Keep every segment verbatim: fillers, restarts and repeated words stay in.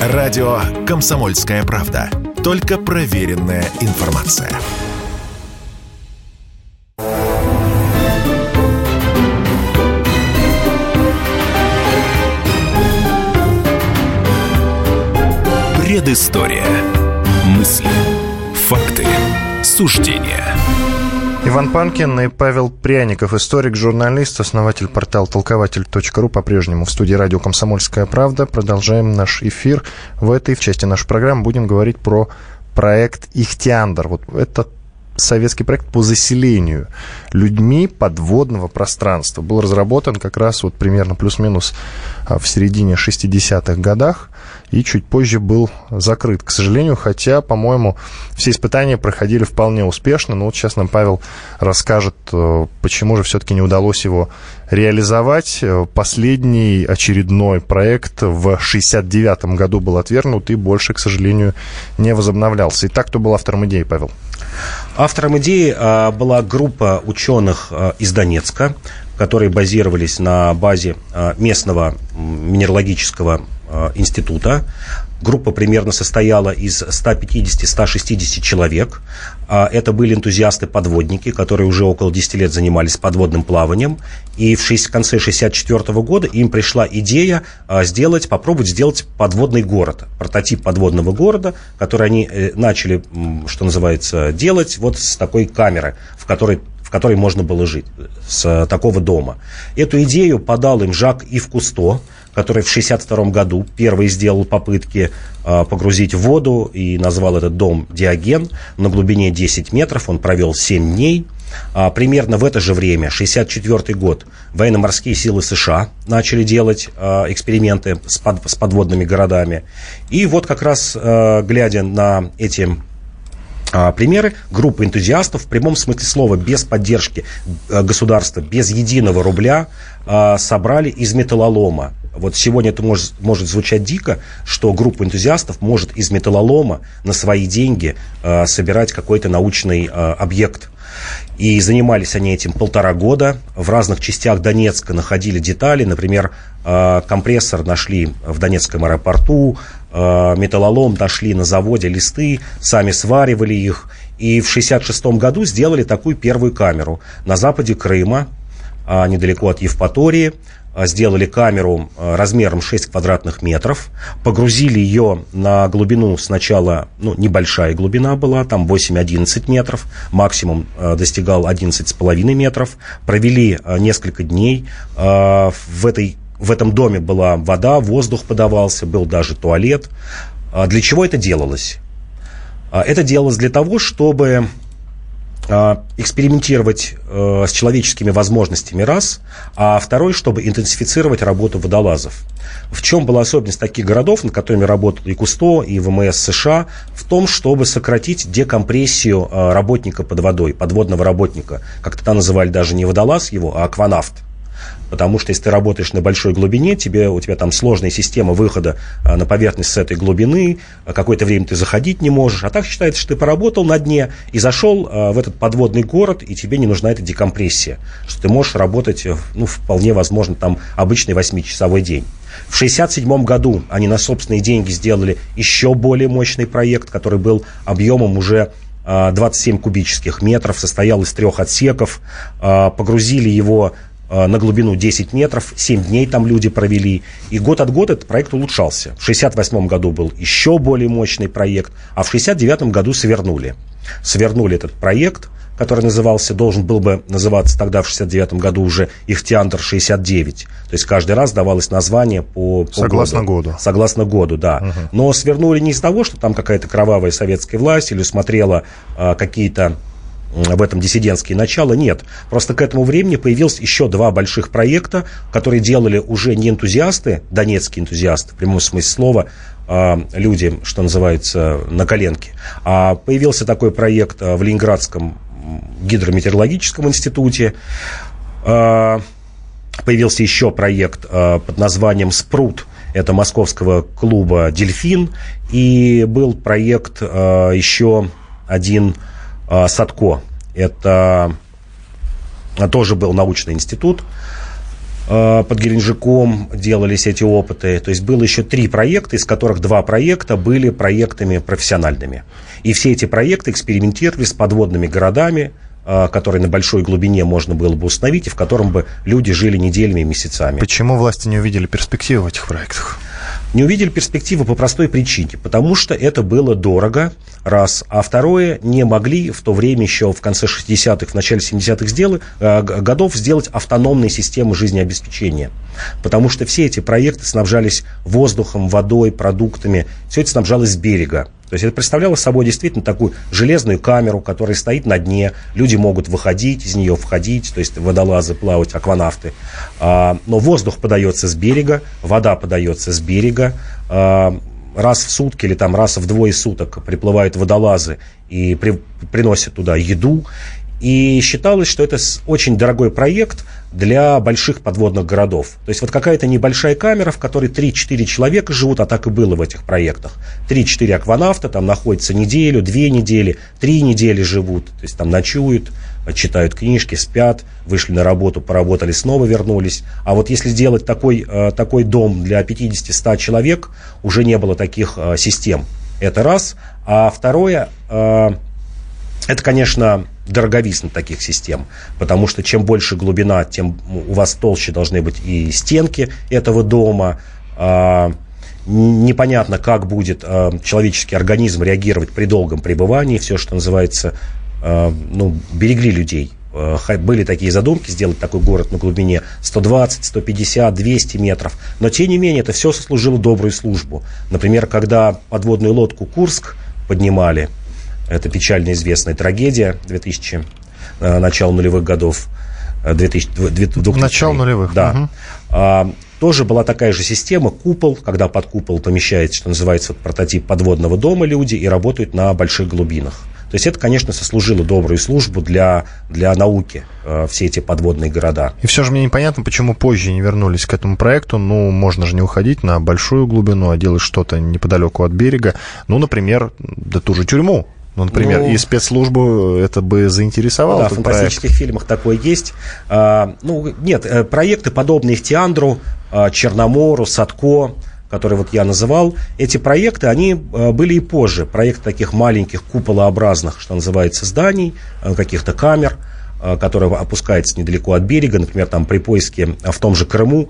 Радио «Комсомольская правда». Только проверенная информация. Предыстория. Мысли, факты, суждения. Иван Панкин и Павел Пряников, историк, журналист, основатель портала толкователь точка ру, по-прежнему в студии радио «Комсомольская правда». Продолжаем наш эфир. В этой части нашей программы будем говорить про проект «Ихтиандр». Вот это советский проект по заселению людьми подводного пространства. Был разработан как раз вот примерно плюс-минус в середине шестидесятых годах и чуть позже был закрыт, к сожалению, хотя, по-моему, все испытания проходили вполне успешно. Но вот сейчас нам Павел расскажет, почему же все-таки не удалось его реализовать. Последний очередной проект в шестьдесят девятом году был отвергнут и больше, к сожалению, не возобновлялся. Итак, кто был автором идеи, Павел? Автором идеи а, была группа ученых а, из Донецка, которые базировались на базе а, местного минералогического а, института. Группа примерно состояла из ста пятидесяти - ста шестидесяти человек. А, это были энтузиасты-подводники, которые уже около десяти лет занимались подводным плаванием. И в, шесть, в конце шестьдесят четвёртого года им пришла идея а, сделать, попробовать сделать подводный город. Прототип подводного города, который они э, начали, что называется, делать вот с такой камеры, в которой в которой можно было жить, с такого дома. Эту идею подал им Жак-Ив Кусто, который в шестьдесят втором году первый сделал попытки э, погрузить в воду и назвал этот дом Диоген. На глубине десять метров он провел семь дней. А, примерно в это же время, шестьдесят четвёртый год, военно-морские силы США начали делать э, эксперименты с, под, с подводными городами. И вот как раз, э, глядя на эти примеры, группа энтузиастов в прямом смысле слова, без поддержки государства, без единого рубля, собрали из металлолома. Вот сегодня это может, может звучать дико, что группа энтузиастов может из металлолома на свои деньги собирать какой-то научный объект. И занимались они этим полтора года. В разных частях Донецка находили детали. Например, компрессор нашли в Донецком аэропорту, металлолом нашли на заводе, листы, сами сваривали их. И в шестьдесят шестом году сделали такую первую камеру на западе Крыма, недалеко от Евпатории. Сделали камеру размером шесть квадратных метров, погрузили ее на глубину сначала, ну, небольшая глубина была, там восемь-одиннадцать метров, максимум достигал одиннадцать с половиной метров, провели несколько дней, в этой, в этом доме была вода, воздух подавался, был даже туалет. Для чего это делалось? Это делалось для того, чтобы экспериментировать э, с человеческими возможностями, раз, а второй, чтобы интенсифицировать работу водолазов. В чем была особенность таких городов, над которыми работал и Кусто, и ВМС США, в том, чтобы сократить декомпрессию э, работника под водой, подводного работника, как тогда называли даже не водолаз его, а акванавт. Потому что если ты работаешь на большой глубине, тебе, у тебя там сложная система выхода а, на поверхность с этой глубины, а какое-то время ты заходить не можешь. А так считается, что ты поработал на дне и зашел а, в этот подводный город, и тебе не нужна эта декомпрессия. Что ты можешь работать, ну, вполне возможно, там обычный восьмичасовой день. В шестьдесят седьмом году они на собственные деньги сделали еще более мощный проект, который был объемом уже двадцать семь кубических метров, состоял из трех отсеков, а, погрузили его на глубину десять метров, семь дней там люди провели, и год от года этот проект улучшался. В шестьдесят восьмом году был еще более мощный проект, а в шестьдесят девятом году свернули. Свернули этот проект, который назывался, должен был бы называться тогда в шестьдесят девятом году уже Ихтиандр шестьдесят девять. То есть каждый раз давалось название по, по Согласно году. году. Согласно году, да. Угу. Но свернули не из-за того, что там какая-то кровавая советская власть или смотрела а, какие-то в этом диссидентские начала, нет. Просто к этому времени появилось еще два больших проекта, которые делали уже не энтузиасты, донецкие энтузиасты, в прямом смысле слова, люди, что называется, на коленке. А появился такой проект в Ленинградском гидрометеорологическом институте. Появился еще проект под названием «Спрут». Это московского клуба «Дельфин». И был проект еще один Садко. Это тоже был научный институт. под Геленджиком делались эти опыты. То есть было еще три проекта, из которых два проекта были проектами профессиональными. И все эти проекты экспериментировали с подводными городами, которые на большой глубине можно было бы установить, и в котором бы люди жили неделями и месяцами. Почему власти не увидели перспективы в этих проектах? Не увидели перспективы по простой причине, потому что это было дорого, раз, а второе, не могли в то время еще в конце шестидесятых, в начале семидесятых сделать, годов сделать автономные системы жизнеобеспечения, потому что все эти проекты снабжались воздухом, водой, продуктами, все это снабжалось с берега. То есть это представляло собой действительно такую железную камеру, которая стоит на дне, люди могут выходить из нее, входить, то есть водолазы, плавать, акванавты. А, но воздух подается с берега, вода подается с берега. А, раз в сутки или там раз в двое суток приплывают водолазы и при, приносят туда еду. И считалось, что это очень дорогой проект для больших подводных городов. То есть вот какая-то небольшая камера, в которой три-четыре человека живут, а так и было в этих проектах. три-четыре акванавта там находятся неделю, две недели, три недели живут. То есть там ночуют, читают книжки, спят, вышли на работу, поработали, снова вернулись. А вот если сделать такой, такой дом для пятьдесят-сто человек, уже не было таких систем. Это раз. А второе... Это, конечно, дороговизна таких систем, потому что чем больше глубина, тем у вас толще должны быть и стенки этого дома. Непонятно, как будет человеческий организм реагировать при долгом пребывании. Все, что называется, ну, берегли людей. Были такие задумки сделать такой город на глубине сто двадцать, сто пятьдесят, двести метров. Но, тем не менее, это все сослужило добрую службу. Например, когда подводную лодку «Курск» поднимали, это печально известная трагедия две тысячи, начало нулевых годов. две тысячи, двухтысячных. Начало нулевых. Да. Угу. А, тоже была такая же система, купол, когда под купол помещается, что называется, вот, прототип подводного дома люди и работают на больших глубинах. То есть это, конечно, сослужило добрую службу для, для науки, э, все эти подводные города. И все же мне непонятно, почему позже не вернулись к этому проекту. Ну, можно же не уходить на большую глубину, а делать что-то неподалеку от берега. Ну, например, да ту же тюрьму. Ну, например, ну, и спецслужбу это бы заинтересовало. Да, в фантастических проект. фильмах такое есть. А, ну, нет, проекты, подобные Ихтиандру, Черномору, Садко, которые вот я называл, эти проекты, они были и позже. Проекты таких маленьких куполообразных, что называется, зданий, каких-то камер, которые опускаются недалеко от берега. Например, там при поиске в том же Крыму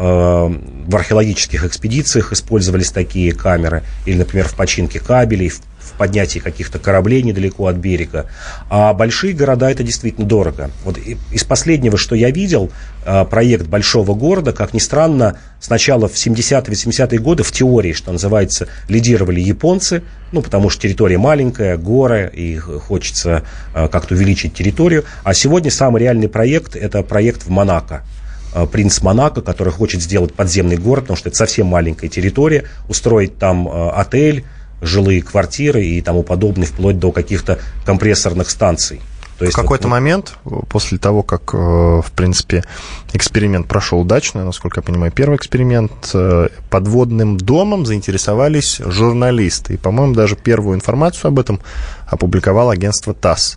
в археологических экспедициях использовались такие камеры. Или, например, в починке кабелей, в в поднятии каких-то кораблей недалеко от берега. А большие города — это действительно дорого. Вот из последнего, что я видел, проект большого города, как ни странно, сначала в семидесятые, восьмидесятые годы в теории, что называется, лидировали японцы, ну, потому что территория маленькая, горы, и хочется как-то увеличить территорию. А сегодня самый реальный проект — это проект в Монако. Принц Монако, который хочет сделать подземный город, потому что это совсем маленькая территория, устроить там отель, жилые квартиры и тому подобное, вплоть до каких-то компрессорных станций. То есть в какой-то вот, момент, после того, как, в принципе, эксперимент прошел удачно, насколько я понимаю, первый эксперимент, подводным домом заинтересовались журналисты. И, по-моему, даже первую информацию об этом опубликовало агентство ТАСС.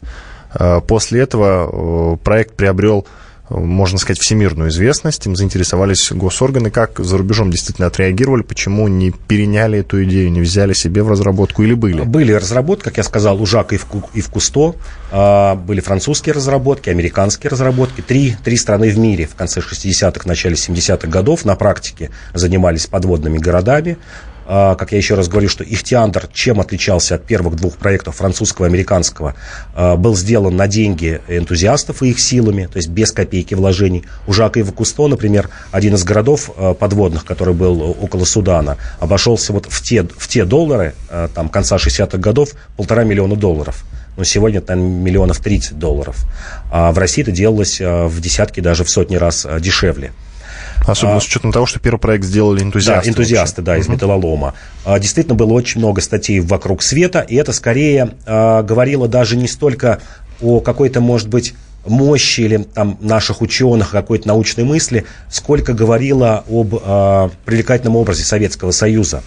После этого проект приобрел, можно сказать, всемирную известность, им заинтересовались госорганы. Как за рубежом действительно отреагировали, почему не переняли эту идею, не взяли себе в разработку или были? Были разработки, как я сказал, у Жака и в Кусто, были французские разработки, американские разработки. Три, три страны в мире в конце шестидесятых, начале семидесятых годов на практике занимались подводными городами. Как я еще раз говорю, что Ихтиандр, чем отличался от первых двух проектов, французского и американского, был сделан на деньги энтузиастов и их силами, то есть без копейки вложений. У Жака и Кусто, например, один из городов подводных, который был около Судана, обошелся вот в те, в те доллары, там, конца шестидесятых годов, полтора миллиона долларов. Но сегодня там миллионов тридцать долларов. А в России это делалось в десятки, даже в сотни раз дешевле. Особенно а, с учетом того, что первый проект сделали энтузиасты. Да, энтузиасты, да, из uh-huh. металлолома. А, действительно, было очень много статей «Вокруг света», и это скорее а, говорило даже не столько о какой-то, может быть, мощи или там, наших ученых, какой-то научной мысли, сколько говорило об а, привлекательном образе Советского Союза.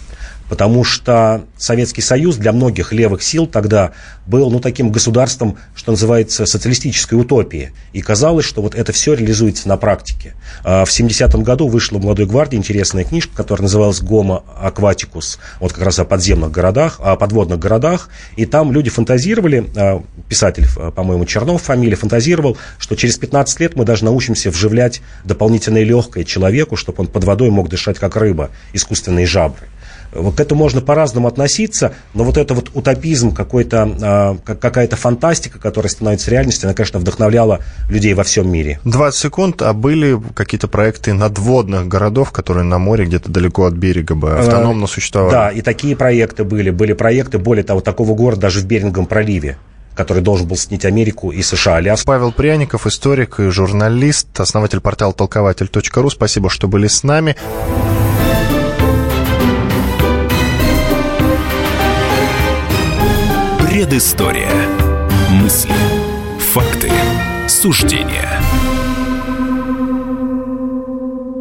потому что Советский Союз для многих левых сил тогда был, ну, таким государством, что называется, социалистической утопией. И казалось, что вот это все реализуется на практике. В семидесятом году вышла в «Молодой гвардии» интересная книжка, которая называлась «Гомо Акватикус», вот как раз о подземных городах, о подводных городах, и там люди фантазировали, писатель, по-моему, Чернов фамилия, фантазировал, что через пятнадцать лет мы даже научимся вживлять дополнительное легкое человеку, чтобы он под водой мог дышать как рыба, искусственные жабры. Вот к этому можно по-разному относиться, но вот это вот утопизм, какой-то, э, какая-то фантастика, которая становится реальностью, она, конечно, вдохновляла людей во всем мире. двадцать секунд, а были какие-то проекты надводных городов, которые на море, где-то далеко от берега бы автономно существовали? Да, и такие проекты были. Были проекты, более того, такого города даже в Беринговом проливе, который должен был снять Америку и США. Аляску. Павел Пряников, историк и журналист, основатель портала толкователь точка ру. Спасибо, что были с нами. Предыстория. Мысли, факты, суждения.